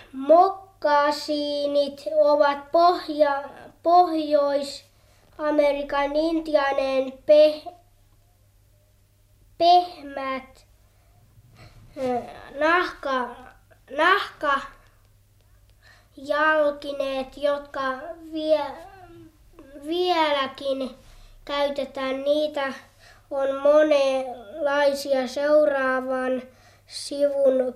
Mokkasiinit ovat Pohjois-Amerikan intiaanien pehmät nahkajalkineet, jotka vieläkin käytetään. Niitä on monenlaisia seuraavan sivun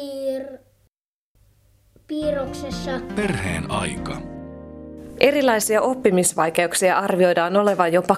piirroksessa. Perheen aika. Erilaisia oppimisvaikeuksia arvioidaan olevan jopa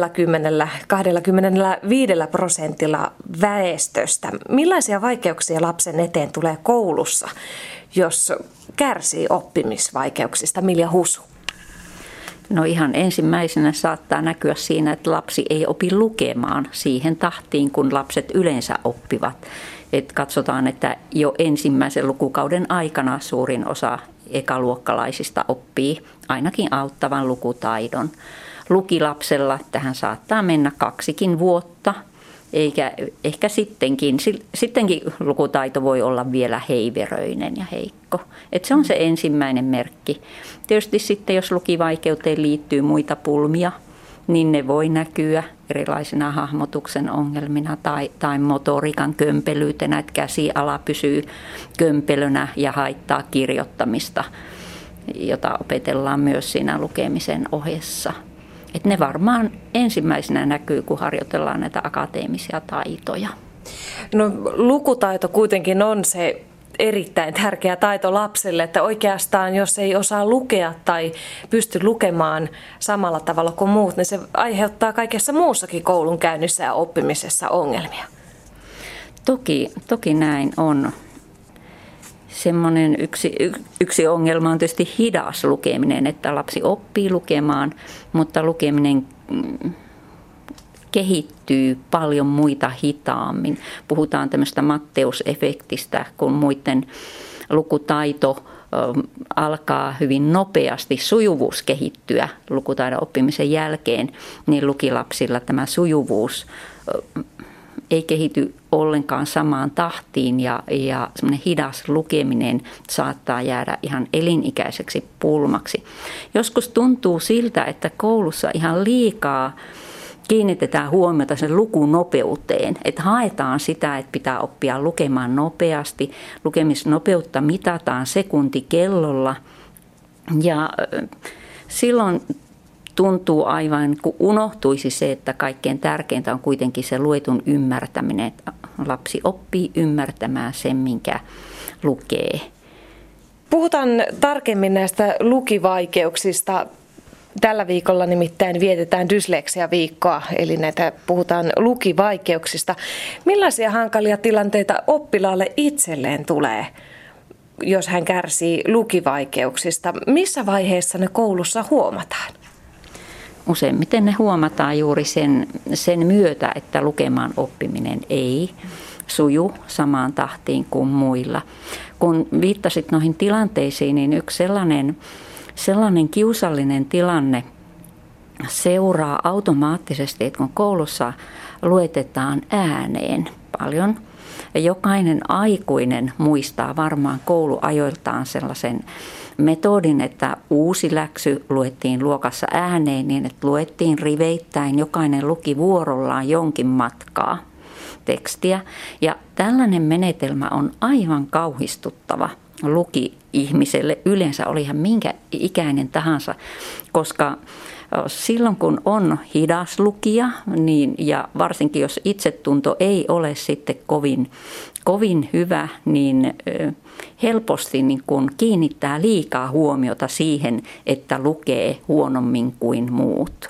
20-25% väestöstä. Millaisia vaikeuksia lapsen eteen tulee koulussa, jos kärsii oppimisvaikeuksista? Milja Husu? No ihan ensimmäisenä saattaa näkyä siinä, että lapsi ei opi lukemaan siihen tahtiin, kun lapset yleensä oppivat. Et katsotaan, että jo ensimmäisen lukukauden aikana suurin osa ekaluokkalaisista oppii ainakin auttavan lukutaidon. Lukilapsella tähän saattaa mennä 2 vuotta, eikä ehkä sittenkin lukutaito voi olla vielä heiveröinen ja heikko. Et se on se ensimmäinen merkki. Tietysti sitten, jos lukivaikeuteen liittyy muita pulmia, niin ne voi näkyä erilaisina hahmotuksen ongelmina tai motoriikan kömpelyytenä, että käsiala pysyy kömpelönä ja haittaa kirjoittamista, jota opetellaan myös siinä lukemisen ohessa. Että ne varmaan ensimmäisenä näkyy, kun harjoitellaan näitä akateemisia taitoja. No, lukutaito kuitenkin on se erittäin tärkeä taito lapselle, että oikeastaan jos ei osaa lukea tai pysty lukemaan samalla tavalla kuin muut, niin se aiheuttaa kaikessa muussakin koulunkäynnissä ja oppimisessa ongelmia. Toki näin on. Semmoinen yksi ongelma on tietysti hidas lukeminen, että lapsi oppii lukemaan, mutta lukeminen kehittyy paljon muita hitaammin. Puhutaan tämmöistä Matteus-efektistä, kun muiden lukutaito alkaa hyvin nopeasti sujuvuus kehittyä lukutaidon oppimisen jälkeen, niin lukilapsilla tämä sujuvuus ei kehity ollenkaan samaan tahtiin ja semmoinen hidas lukeminen saattaa jäädä ihan elinikäiseksi pulmaksi. Joskus tuntuu siltä, että koulussa ihan liikaa kiinnitetään huomiota sen lukunopeuteen, että haetaan sitä, että pitää oppia lukemaan nopeasti. Lukemisnopeutta mitataan sekuntikellolla ja silloin tuntuu aivan, kun unohtuisi se, että kaikkein tärkeintä on kuitenkin se luetun ymmärtäminen, että lapsi oppii ymmärtämään sen, minkä lukee. Puhutaan tarkemmin näistä lukivaikeuksista. Tällä viikolla nimittäin vietetään dysleksia-viikkoa, eli puhutaan lukivaikeuksista. Millaisia hankalia tilanteita oppilaalle itselleen tulee, jos hän kärsii lukivaikeuksista? Missä vaiheessa ne koulussa huomataan? Useimmiten ne huomataan juuri sen myötä, että lukemaan oppiminen ei suju samaan tahtiin kuin muilla. Kun viittasit noihin tilanteisiin, niin yksi sellainen kiusallinen tilanne seuraa automaattisesti, että kun koulussa luetetaan ääneen paljon, ja jokainen aikuinen muistaa varmaan kouluajoiltaan sellaisen metodin, että uusi läksy luettiin luokassa ääneen niin, että luettiin riveittäin, jokainen luki vuorollaan jonkin matkaa tekstiä. Ja tällainen menetelmä on aivan kauhistuttava luki-ihmiselle, yleensä olihan minkä ikäinen tahansa, koska silloin kun on hidas lukija, niin, ja varsinkin jos itsetunto ei ole sitten kovin hyvä, niin helposti niin kun kiinnittää liikaa huomiota siihen, että lukee huonommin kuin muut.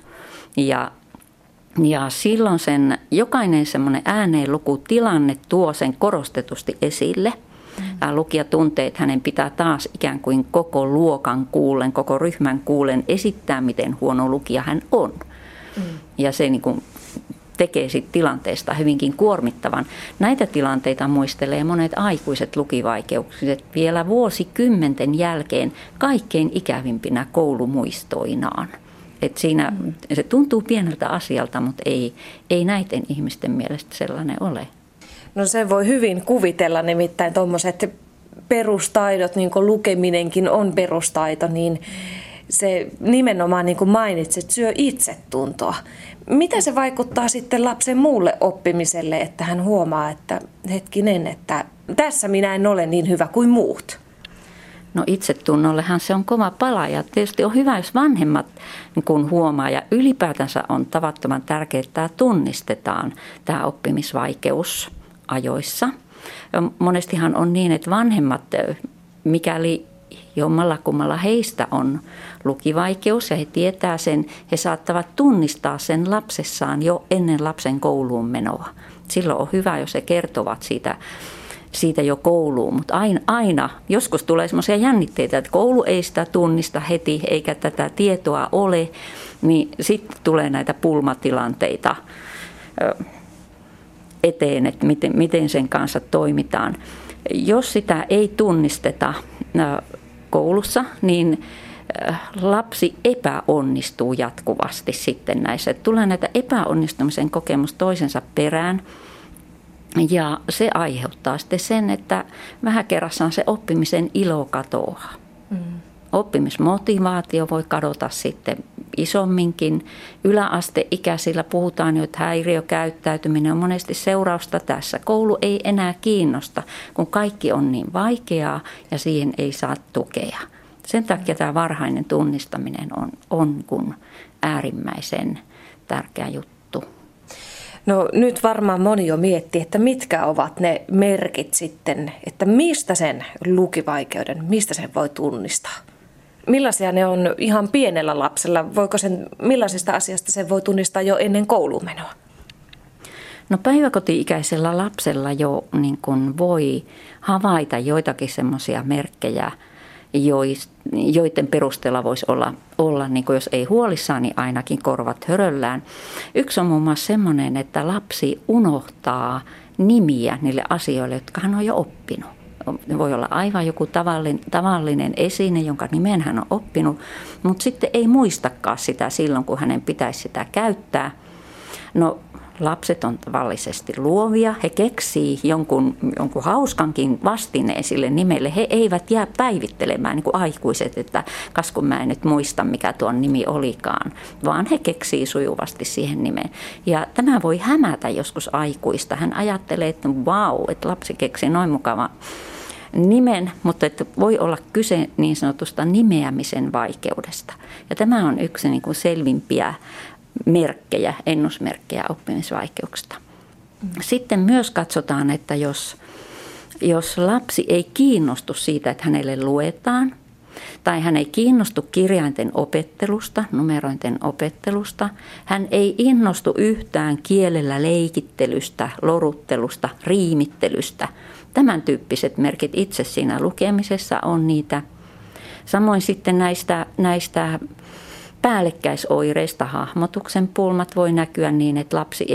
Ja silloin jokainen semmoinen ääneenlukutilanne tuo sen korostetusti esille. Ja lukija tuntee, että hänen pitää taas ikään kuin koko luokan kuullen, koko ryhmän kuullen esittää, miten huono lukija hän on. Ja se niin kuin tekee sit tilanteesta hyvinkin kuormittavan. Näitä tilanteita muistelee monet aikuiset lukivaikeukset vielä vuosikymmenten jälkeen kaikkein ikävimpinä koulumuistoinaan. Et siinä se tuntuu pieneltä asialta, mutta ei näiden ihmisten mielestä sellainen ole. No sen voi hyvin kuvitella, nimittäin tuommoiset perustaidot, niin kuin lukeminenkin on perustaito, niin se nimenomaan, niin kuin mainitsit, syö itsetuntoa. Mitä se vaikuttaa sitten lapsen muulle oppimiselle, että hän huomaa, että hetkinen, että tässä minä en ole niin hyvä kuin muut? No itsetunnollehan se on kova pala ja tietysti on hyvä, jos vanhemmat kun huomaa ja ylipäätänsä on tavattoman tärkeää, että tämä tunnistetaan, tämä oppimisvaikeus ajoissa. Monestihan on niin, että vanhemmat, mikäli jommalla kummalla heistä on lukivaikeus ja he tietää sen, he saattavat tunnistaa sen lapsessaan jo ennen lapsen kouluun menoa. Silloin on hyvä, jos he kertovat siitä jo kouluun, mutta aina joskus tulee semmoisia jännitteitä, että koulu ei sitä tunnista heti eikä tätä tietoa ole, niin sitten tulee näitä pulmatilanteita eteen, että miten sen kanssa toimitaan. Jos sitä ei tunnisteta koulussa, niin lapsi epäonnistuu jatkuvasti sitten näissä. Tulee näitä epäonnistumisen kokemus toisensa perään ja se aiheuttaa sitten sen, että vähän kerrassaan se oppimisen ilo katoaa. Oppimismotivaatio voi kadota sitten isomminkin. Yläasteikäisillä puhutaan jo, että häiriökäyttäytyminen on monesti seurausta tässä. Koulu ei enää kiinnosta, kun kaikki on niin vaikeaa ja siihen ei saa tukea. Sen takia tämä varhainen tunnistaminen on kun äärimmäisen tärkeä juttu. No nyt varmaan moni jo miettii, että mitkä ovat ne merkit sitten, että mistä sen lukivaikeuden, mistä sen voi tunnistaa? Millaisia ne on ihan pienellä lapsella? Millaisesta asiasta sen voi tunnistaa jo ennen kouluun menoa? No päiväkoti-ikäisellä lapsella jo niin kuin voi havaita joitakin semmoisia merkkejä, joiden perusteella voisi olla niin kuin jos ei huolissaan, niin ainakin korvat höröllään. Yksi on muun muassa semmoinen, että lapsi unohtaa nimiä niille asioille, jotka hän on jo oppinut. Voi olla aivan joku tavallinen esine, jonka nimen hän on oppinut, mutta sitten ei muistakaan sitä silloin, kun hänen pitäisi sitä käyttää. No lapset on tavallisesti luovia, he keksii jonkun hauskankin vastineen sille nimelle. He eivät jää päivittelemään niin kuin aikuiset, että kas kun mä en nyt muista, mikä tuon nimi olikaan, vaan he keksii sujuvasti siihen nimeen. Ja tämä voi hämätä joskus aikuista. Hän ajattelee, että vau, että lapsi keksii noin mukava nimen, mutta että voi olla kyse niin sanotusta nimeämisen vaikeudesta. Ja tämä on yksi niin kuin selvimpiä merkkejä, ennusmerkkejä oppimisvaikeuksista. Sitten myös katsotaan, että jos lapsi ei kiinnostu siitä, että hänelle luetaan, tai hän ei kiinnostu kirjainten opettelusta, numerointen opettelusta, hän ei innostu yhtään kielellä leikittelystä, loruttelusta, riimittelystä. Tämän tyyppiset merkit itse siinä lukemisessa on niitä. Samoin sitten näistä päällekkäisoireista hahmotuksen pulmat voi näkyä niin, että lapsi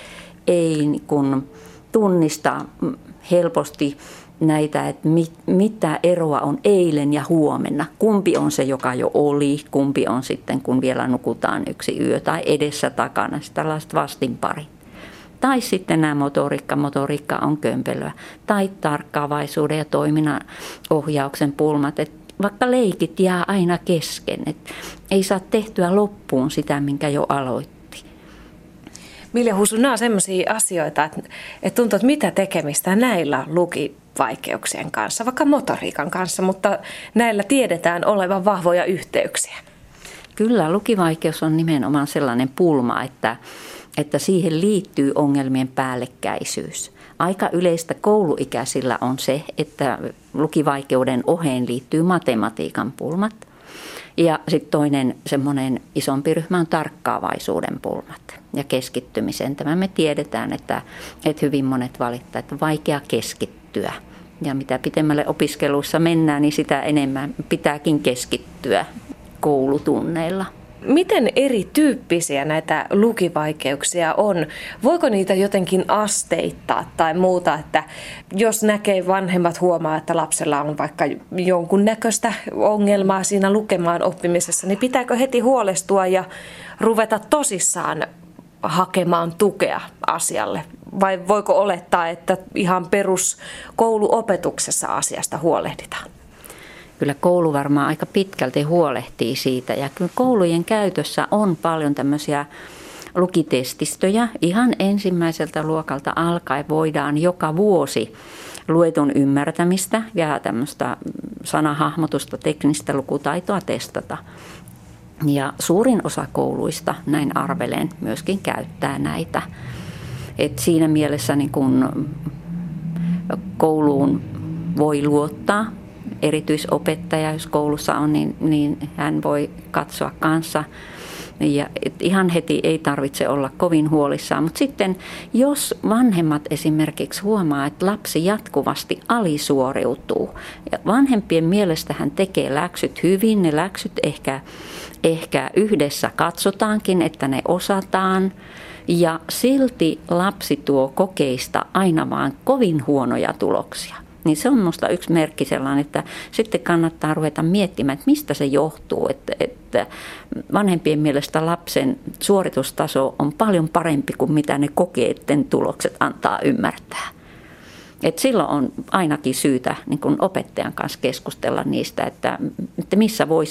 ei kun tunnista helposti näitä, että mitä eroa on eilen ja huomenna. Kumpi on se, joka jo oli, kumpi on sitten, kun vielä nukutaan yksi yö tai edessä takana, tällaiset vastinparit. Tai sitten nämä motoriikka on kömpelöä. Tai tarkkaavaisuuden ja toiminnan ohjauksen pulmat, että vaikka leikit jää aina kesken, että ei saa tehtyä loppuun sitä, minkä jo aloitti. Milja Husu, nämä on sellaisia asioita, että tuntuu, että mitä tekemistä näillä lukivaikeuksien kanssa, vaikka motoriikan kanssa, mutta näillä tiedetään olevan vahvoja yhteyksiä. Kyllä, lukivaikeus on nimenomaan sellainen pulma, että siihen liittyy ongelmien päällekkäisyys. Aika yleistä kouluikäisillä on se, että lukivaikeuden oheen liittyy matematiikan pulmat. Ja sitten toinen semmoinen isompi ryhmä on tarkkaavaisuuden pulmat ja keskittymisen. Tämä me tiedetään, että hyvin monet valittaa, että on vaikea keskittyä. Ja mitä pitemmälle opiskeluissa mennään, niin sitä enemmän pitääkin keskittyä koulutunneilla. Miten erityyppisiä näitä lukivaikeuksia on? Voiko niitä jotenkin asteittaa tai muuta, että jos näkee vanhemmat huomaa, että lapsella on vaikka jonkunnäköistä ongelmaa siinä lukemaan oppimisessa, niin pitääkö heti huolestua ja ruveta tosissaan hakemaan tukea asialle? vai voiko olettaa, että ihan peruskouluopetuksessa asiasta huolehditaan? Kyllä koulu varmaan aika pitkälti huolehtii siitä ja kyllä koulujen käytössä on paljon tämmöisiä lukitestistöjä. Ihan ensimmäiseltä luokalta alkaen voidaan joka vuosi luetun ymmärtämistä ja tämmöistä sanahahmotusta, teknistä lukutaitoa testata. Ja suurin osa kouluista, näin arvelen, myöskin käyttää näitä. Et siinä mielessä niin kun kouluun voi luottaa. Erityisopettaja, jos koulussa on, niin hän voi katsoa kanssa. Ja ihan heti ei tarvitse olla kovin huolissaan, mutta sitten jos vanhemmat esimerkiksi huomaa, että lapsi jatkuvasti alisuoriutuu, ja vanhempien mielestä hän tekee läksyt hyvin, ne läksyt ehkä yhdessä katsotaankin, että ne osataan, ja silti lapsi tuo kokeista aina vaan kovin huonoja tuloksia. Niin se on minusta yksi merkki sellainen, että sitten kannattaa ruveta miettimään, että mistä se johtuu. Että vanhempien mielestä lapsen suoritustaso on paljon parempi kuin mitä ne kokeiden tulokset antaa ymmärtää. Et silloin on ainakin syytä niin kun opettajan kanssa keskustella niistä, että missä voisi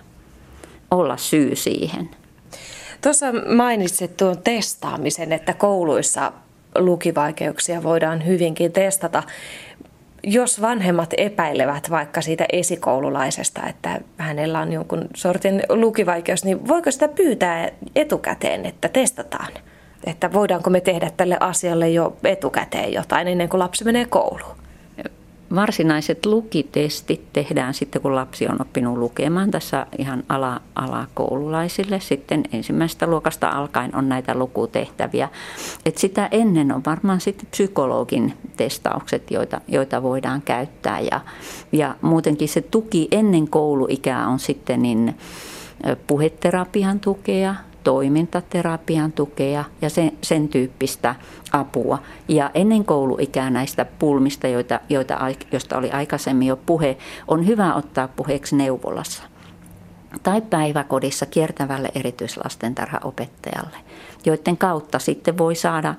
olla syy siihen. Tuossa mainitsit tuon testaamisen, että kouluissa lukivaikeuksia voidaan hyvinkin testata. Jos vanhemmat epäilevät vaikka siitä esikoululaisesta, että hänellä on jonkun sortin lukivaikeus, niin voiko sitä pyytää etukäteen, että testataan? Että voidaanko me tehdä tälle asialle jo etukäteen jotain ennen kuin lapsi menee kouluun? Varsinaiset lukitestit tehdään sitten, kun lapsi on oppinut lukemaan. Tässä ihan alakoululaisille sitten ensimmäisestä luokasta alkaen on näitä lukutehtäviä. Et sitä ennen on varmaan sitten psykologin testaukset, joita voidaan käyttää. Ja muutenkin se tuki ennen kouluikää on sitten niin puheterapian tukea, toimintaterapian tukea ja sen tyyppistä apua. Ja ennen kouluikää näistä pulmista, joista oli aikaisemmin jo puhe, on hyvä ottaa puheeksi neuvolassa tai päiväkodissa kiertävälle erityislastentarhaopettajalle, joiden kautta sitten voi saada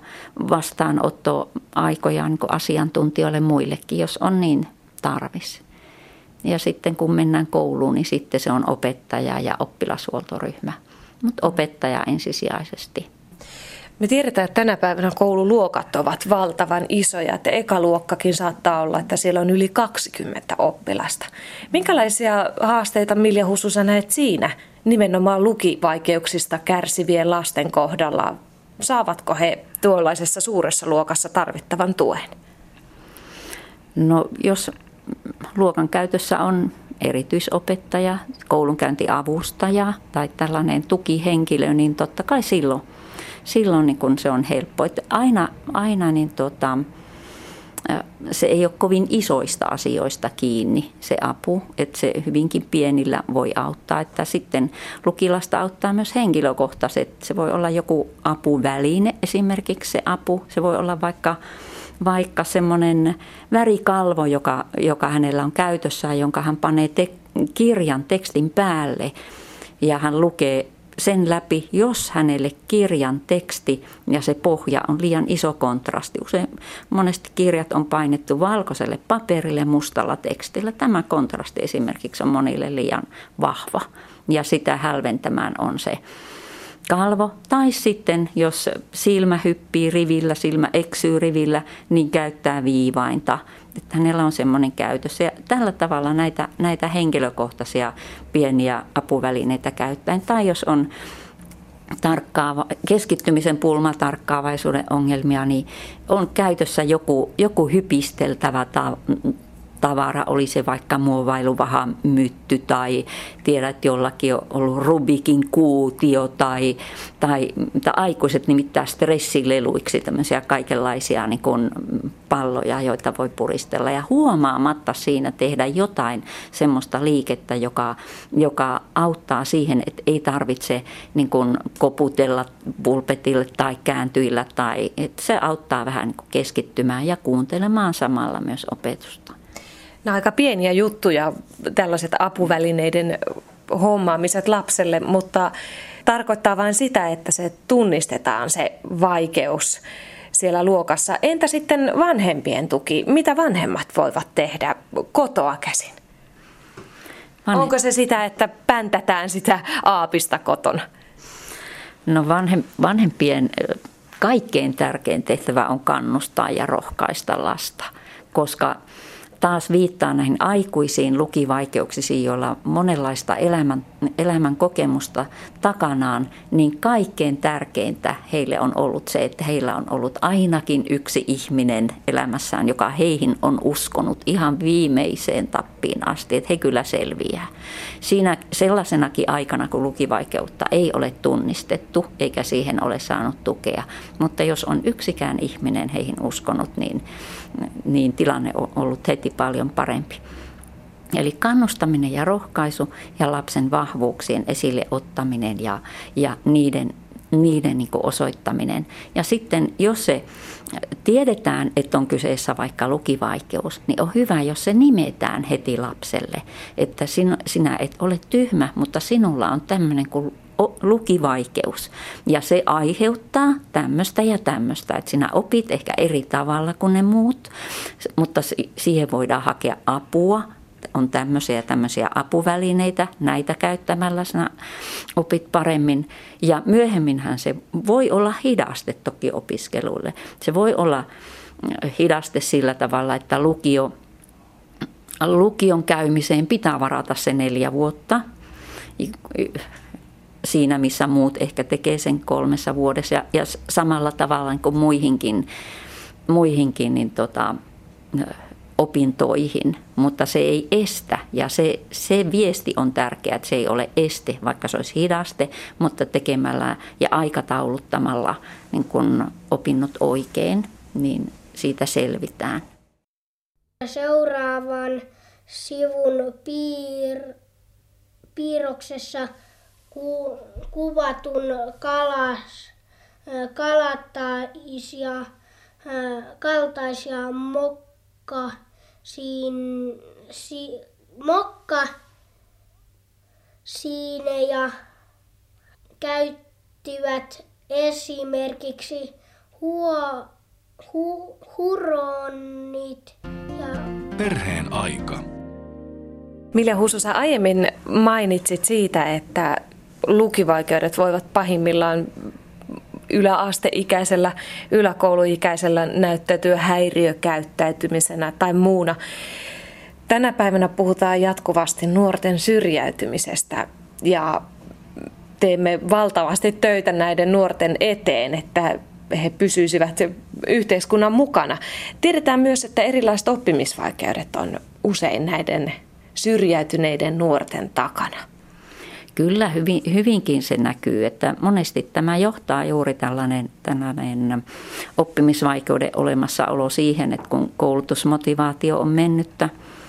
vastaanottoaikoja niin kuin asiantuntijoille muillekin, jos on niin tarvis. Ja sitten kun mennään kouluun, niin sitten se on opettaja ja oppilashuoltoryhmä. Mutta opettaja ensisijaisesti. Me tiedetään, että tänä päivänä koululuokat ovat valtavan isoja. Että ekaluokkakin saattaa olla, että siellä on yli 20 oppilasta. Minkälaisia haasteita, Milja Hussu, sä näet siinä nimenomaan lukivaikeuksista kärsivien lasten kohdalla? Saavatko he tuollaisessa suuressa luokassa tarvittavan tuen? No jos luokan käytössä on erityisopettaja, koulunkäyntiavustaja tai tällainen tukihenkilö, niin totta kai silloin niin kun se on helppo. Että aina niin se ei ole kovin isoista asioista kiinni se apu, että se hyvinkin pienillä voi auttaa. Että sitten lukilasta auttaa myös henkilökohtaiset. Se voi olla joku apuväline esimerkiksi se apu. Se voi olla vaikka semmoinen värikalvo, joka hänellä on käytössään, jonka hän panee kirjan tekstin päälle ja hän lukee sen läpi, jos hänelle kirjan teksti ja se pohja on liian iso kontrasti. Usein monesti kirjat on painettu valkoiselle paperille mustalla tekstillä. Tämä kontrasti esimerkiksi on monille liian vahva ja sitä hälventämään on se kalvo. Tai sitten, jos silmä hyppii rivillä, silmä eksyy rivillä, niin käyttää viivainta. Että hänellä on semmoinen käytössä. Ja tällä tavalla näitä henkilökohtaisia pieniä apuvälineitä käyttäen. Tai jos on keskittymisen pulma, tarkkaavaisuuden ongelmia, niin on käytössä joku hypisteltävä tavara, oli se vaikka muovailuvahamytty tai tiedät jollakin on ollut Rubikin kuutio tai aikuiset nimittäin stressileluiksi tämmöisiä kaikenlaisia niin kuin palloja, joita voi puristella ja huomaamatta siinä tehdä jotain semmoista liikettä, joka auttaa siihen, että ei tarvitse niin kuin koputella pulpetille tai kääntyillä tai että se auttaa vähän niin kuin keskittymään ja kuuntelemaan samalla myös opetusta. Nämä on aika pieniä juttuja, tällaiset apuvälineiden hommaamiset lapselle, mutta tarkoittaa vain sitä, että se tunnistetaan se vaikeus. siellä luokassa. Entä sitten vanhempien tuki? Mitä vanhemmat voivat tehdä kotoa käsin? Onko se sitä, että päntätään sitä aapista kotona? No vanhempien kaikkein tärkein tehtävä on kannustaa ja rohkaista lasta, koska taas viittaa näihin aikuisiin lukivaikeuksisiin, joilla on monenlaista elämän kokemusta takanaan, niin kaikkein tärkeintä heille on ollut se, että heillä on ollut ainakin yksi ihminen elämässään, joka heihin on uskonut ihan viimeiseen tappiin asti, että he kyllä selviää. Siinä sellaisenakin aikana, kun lukivaikeutta ei ole tunnistettu eikä siihen ole saanut tukea, mutta jos on yksikään ihminen heihin uskonut, niin tilanne on ollut heti paljon parempi. Eli kannustaminen ja rohkaisu ja lapsen vahvuuksien esille ottaminen ja niiden niin kuin osoittaminen. Ja sitten jos se tiedetään, että on kyseessä vaikka lukivaikeus, niin on hyvä, jos se nimetään heti lapselle. Että sinä et ole tyhmä, mutta sinulla on tämmöinen kuin lukivaikeus. Ja se aiheuttaa tämmöistä ja tämmöistä, että sinä opit ehkä eri tavalla kuin ne muut, mutta siihen voidaan hakea apua. On tämmöisiä apuvälineitä, näitä käyttämällä sinä opit paremmin. Ja myöhemminhän se voi olla hidaste toki opiskeluille. Se voi olla hidaste sillä tavalla, että lukion käymiseen pitää varata se 4 vuotta. Siinä, missä muut ehkä tekee sen 3 vuodessa ja samalla tavalla niin kuin muihinkin niin opintoihin, mutta se ei estä ja se viesti on tärkeä, että se ei ole este, vaikka se olisi hidaste, mutta tekemällä ja aikatauluttamalla niin kun opinnot oikein, niin siitä selvitään. Seuraavan sivun piirroksessa kuvatun kaltaisia mokkasiineja käyttivät esimerkiksi huronit ja Perheen aika. Milja Husu, sä aiemmin mainitsit siitä, että lukivaikeudet voivat pahimmillaan yläasteikäisellä, yläkouluikäisellä näyttäytyä häiriökäyttäytymisenä tai muuna. Tänä päivänä puhutaan jatkuvasti nuorten syrjäytymisestä ja teemme valtavasti töitä näiden nuorten eteen, että he pysyisivät yhteiskunnan mukana. Tiedetään myös, että erilaiset oppimisvaikeudet on usein näiden syrjäytyneiden nuorten takana. Kyllä, hyvinkin se näkyy, että monesti tämä johtaa juuri tällainen oppimisvaikeuden olemassaolo siihen, että kun koulutusmotivaatio on mennyttä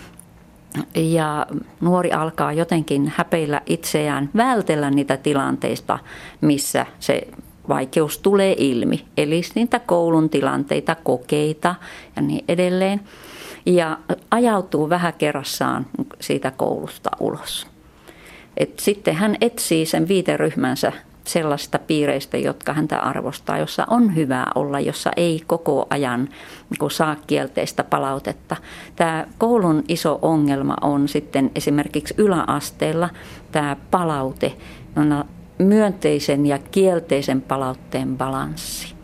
ja nuori alkaa jotenkin häpeillä itseään, vältellä niitä tilanteista, missä se vaikeus tulee ilmi, eli niitä koulun tilanteita, kokeita ja niin edelleen, ja ajautuu vähän kerrassaan siitä koulusta ulos. Sitten hän etsii sen viiteryhmänsä sellaisista piireistä, jotka häntä arvostaa, jossa on hyvä olla, jossa ei koko ajan saa kielteistä palautetta. Tämä koulun iso ongelma on sitten esimerkiksi yläasteella tämä palaute, myönteisen ja kielteisen palautteen balanssi.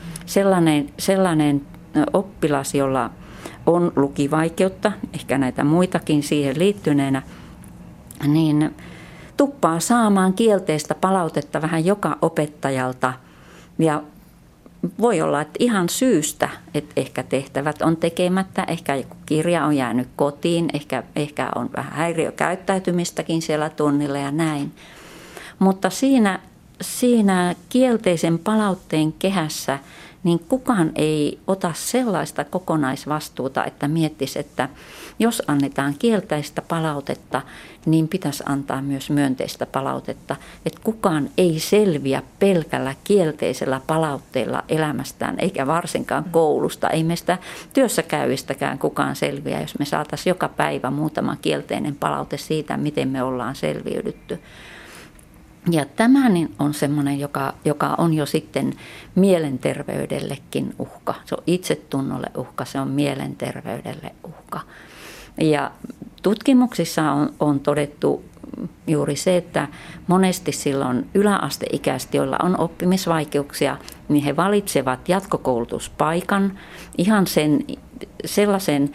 Sellainen oppilas, jolla on lukivaikeutta, ehkä näitä muitakin siihen liittyneenä, niin tuppaa saamaan kielteistä palautetta vähän joka opettajalta ja voi olla, että ihan syystä, että ehkä tehtävät on tekemättä, ehkä joku kirja on jäänyt kotiin, ehkä on vähän häiriökäyttäytymistäkin siellä tunnilla ja näin. Mutta siinä kielteisen palautteen kehässä niin kukaan ei ota sellaista kokonaisvastuuta, että miettisi, että jos annetaan kielteistä palautetta, niin pitäisi antaa myös myönteistä palautetta. Että kukaan ei selviä pelkällä kielteisellä palautteella elämästään, eikä varsinkaan koulusta. Ei meistä työssä käyvistäkään kukaan selviä, jos me saataisiin joka päivä muutama kielteinen palaute siitä, miten me ollaan selviydytty. Ja tämä niin on semmoinen, joka on jo sitten mielenterveydellekin uhka. Se on itsetunnolle uhka, se on mielenterveydelle uhka. Ja tutkimuksissa on todettu juuri se, että monesti silloin yläasteikäiset, joilla on oppimisvaikeuksia, niin he valitsevat jatkokoulutuspaikan ihan sellaisen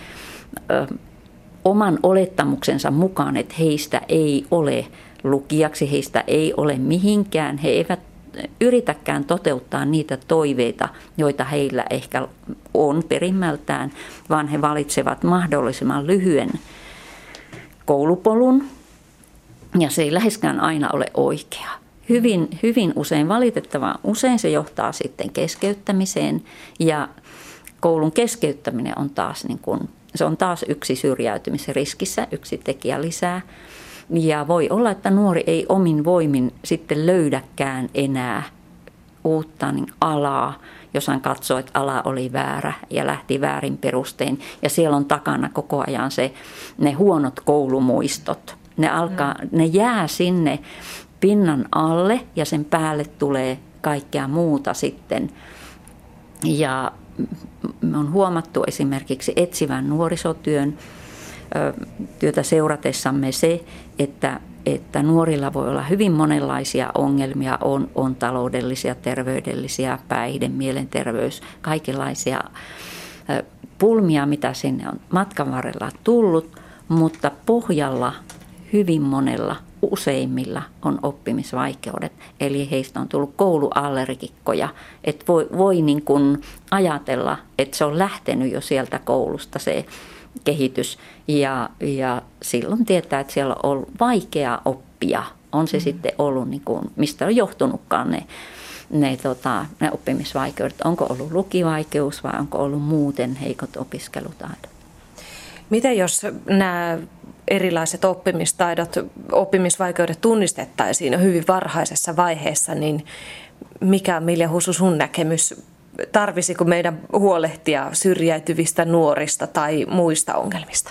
oman olettamuksensa mukaan, että heistä ei ole lukijaksi, heistä ei ole mihinkään, he eivät yritäkään toteuttaa niitä toiveita, joita heillä ehkä on perimmältään, vaan he valitsevat mahdollisimman lyhyen koulupolun, ja se ei läheskään aina ole oikea. Hyvin usein, valitettavan usein se johtaa sitten keskeyttämiseen, ja koulun keskeyttäminen on taas, se on taas yksi syrjäytymisen riskissä, yksi tekijä lisää. Ja voi olla, että nuori ei omin voimin sitten löydäkään enää uutta alaa, jos hän katsoo, että ala oli väärä ja lähti väärin perustein. Ja siellä on takana koko ajan ne huonot koulumuistot. Ne jää sinne pinnan alle ja sen päälle tulee kaikkea muuta sitten. Ja me on huomattu esimerkiksi etsivän nuorisotyön työtä seuratessamme se, että nuorilla voi olla hyvin monenlaisia ongelmia, on taloudellisia, terveydellisiä, päihde, mielenterveys, kaikenlaisia pulmia, mitä sinne on matkan varrella tullut, mutta pohjalla hyvin monella, useimmilla on oppimisvaikeudet, eli heistä on tullut kouluallergikkoja, että voi niin kuin ajatella, että se on lähtenyt jo sieltä koulusta se kehitys ja silloin tietää, että siellä on ollut vaikea oppia. On se sitten ollut, niin kuin, mistä on johtunutkaan ne oppimisvaikeudet. Onko ollut lukivaikeus vai onko ollut muuten heikot opiskelutaidot? Miten jos nämä erilaiset oppimistaidot, oppimisvaikeudet tunnistettaisiin jo hyvin varhaisessa vaiheessa, niin mikä on, Milja Husu, sun näkemys? Tarvisiko meidän huolehtia syrjäytyvistä nuorista tai muista ongelmista?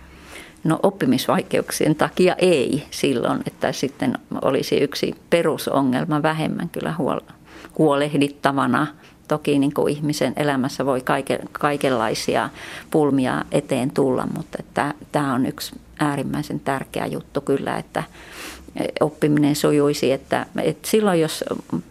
No oppimisvaikeuksien takia ei silloin, että sitten olisi yksi perusongelma vähemmän kyllä huolehdittavana. Toki niin kuin ihmisen elämässä voi kaikenlaisia pulmia eteen tulla, mutta tämä on yksi äärimmäisen tärkeä juttu kyllä, että oppiminen sujuisi, että silloin jos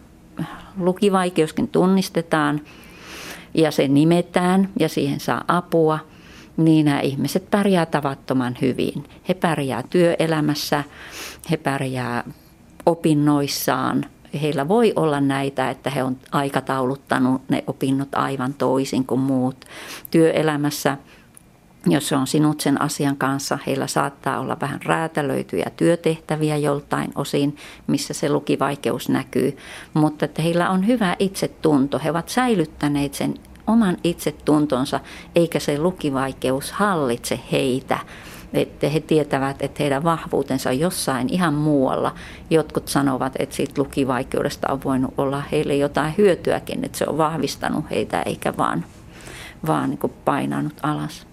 lukivaikeuskin tunnistetaan ja se nimetään ja siihen saa apua, niin nämä ihmiset pärjää tavattoman hyvin. He pärjää työelämässä, he pärjää opinnoissaan. Heillä voi olla näitä, että he on aikatauluttanut ne opinnot aivan toisin kuin muut. Työelämässä, jos se on sinut sen asian kanssa, heillä saattaa olla vähän räätälöityjä työtehtäviä joltain osin, missä se lukivaikeus näkyy. Mutta että heillä on hyvä itsetunto. He ovat säilyttäneet sen oman itsetuntonsa, eikä se lukivaikeus hallitse heitä. Että he tietävät, että heidän vahvuutensa on jossain ihan muualla. Jotkut sanovat, että siitä lukivaikeudesta on voinut olla heille jotain hyötyäkin, että se on vahvistanut heitä eikä vaan niin kuin painanut alas.